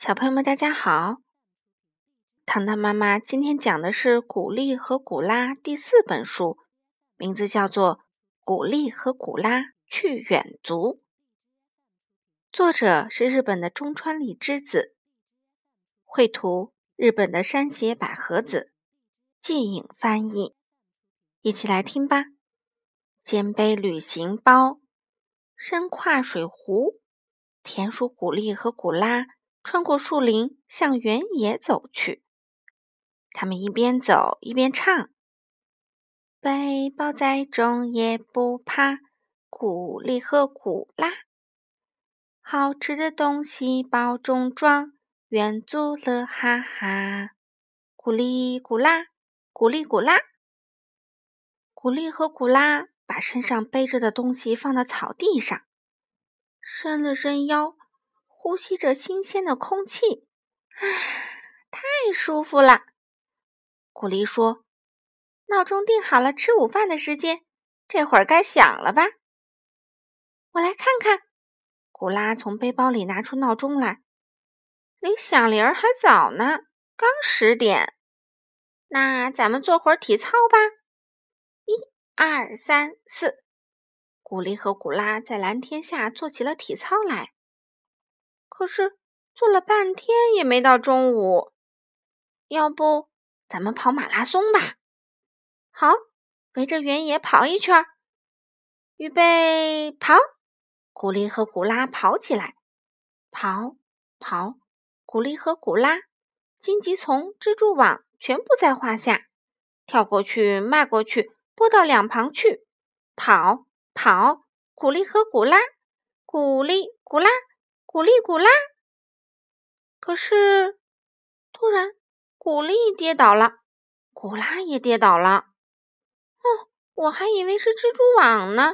小朋友们，大家好！糖糖妈妈今天讲的是《古丽和古拉》第4本书，名字叫做《古丽和古拉去远足》，作者是日本的中川里之子，绘图日本的山胁百合子，季颖翻译。一起来听吧。肩背旅行包，身挎水壶，田鼠古丽和古拉穿过树林向原野走去。他们一边走一边唱：背包再重也不怕，古丽和古拉，好吃的东西包中装，远足乐哈哈。古丽古拉，古丽古拉。古丽和古拉把身上背着的东西放到草地上，伸了伸腰，呼吸着新鲜的空气。太舒服了。古丽说：闹钟定好了吃午饭的时间，这会儿该响了吧？我来看看。古拉从背包里拿出闹钟来，离响铃还早呢，刚10点。那咱们做会儿体操吧。1、2、3、4。古丽和古拉在蓝天下做起了体操来。可是做了半天也没到中午。要不咱们跑马拉松吧？好，围着原野跑一圈。预备，跑！古丽和古拉跑起来，跑！古丽和古拉，荆棘丛、蜘蛛网全部在画下，跳过去，迈过去，拨到两旁去，跑！古丽和古拉，古丽古拉，古丽古拉。可是，突然，古丽跌倒了，古拉也跌倒了。我还以为是蜘蛛网呢，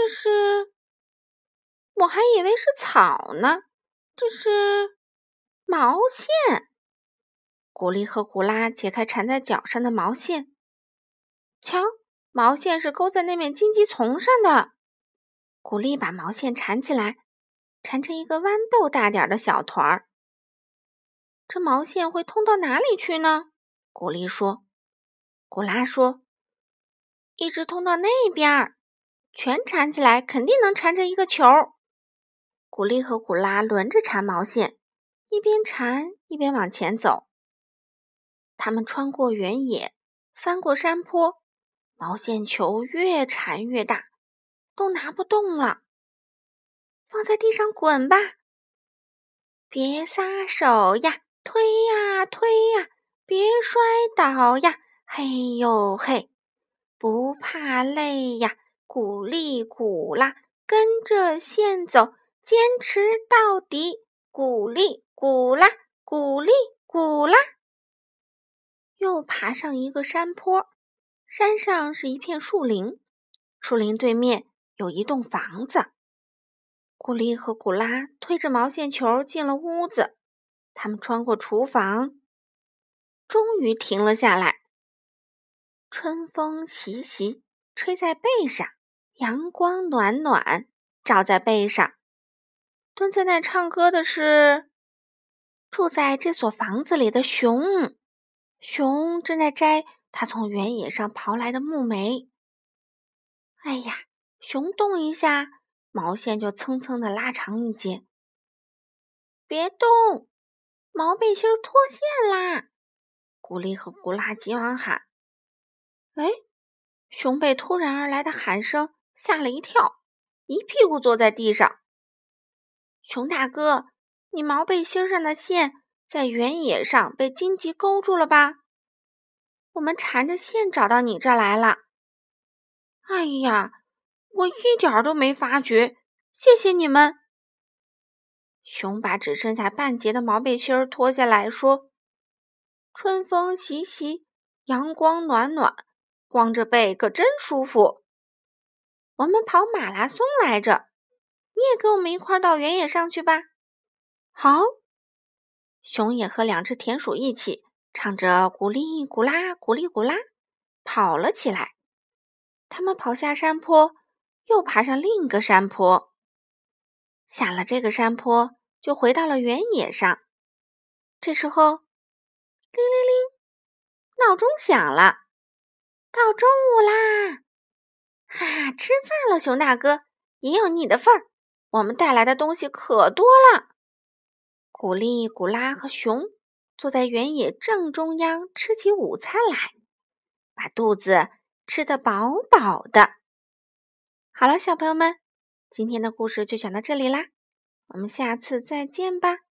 我还以为是草呢，这是毛线。古丽和古拉解开缠在脚上的毛线，瞧，毛线是勾在那面荆棘丛上的。古丽把毛线缠起来，缠成一个豌豆大点的小团儿。这毛线会通到哪里去呢？古丽说。古拉说，一直通到那边，全缠起来肯定能缠成一个球。古丽和古拉轮着缠毛线，一边缠一边往前走。他们穿过原野，翻过山坡，毛线球越缠越大，都拿不动了。放在地上滚吧，别撒手呀，推呀推呀，别摔倒呀，嘿呦嘿，不怕累呀，古丽古拉，跟着线走，坚持到底，古丽古拉，古丽古拉。又爬上一个山坡，山上是一片树林，树林对面有一栋房子。古丽和古拉推着毛线球进了屋子，他们穿过厨房，终于停了下来。春风习习，吹在背上，阳光暖暖，照在背上。蹲在那唱歌的是住在这所房子里的熊。熊正在摘他从原野上刨来的木莓。哎呀，熊动一下，毛线就蹭蹭地拉长一截。别动，毛背心脱线啦！古丽和古拉急忙喊。哎，熊被突然而来的喊声吓了一跳，一屁股坐在地上。熊大哥，你毛背心上的线在原野上被荆棘勾住了吧？我们缠着线找到你这儿来了。哎呀，我一点都没发觉，谢谢你们。熊把只剩下半截的毛背心脱下来说，春风习习，阳光暖暖，光着背可真舒服。我们跑马拉松来着，你也跟我们一块儿到原野上去吧。好。熊也和2只田鼠一起唱着古丽古拉古丽古拉跑了起来。他们跑下山坡，又爬上另一个山坡。下了这个山坡，就回到了原野上。 这时候，铃铃铃，闹钟响了，到中午啦！哈，吃饭了，熊大哥，也有你的份儿。我们带来的东西可多了。古丽、古拉和熊坐在原野正中央吃起午餐来，把肚子吃得饱饱的。好了，小朋友们，今天的故事就讲到这里啦，我们下次再见吧。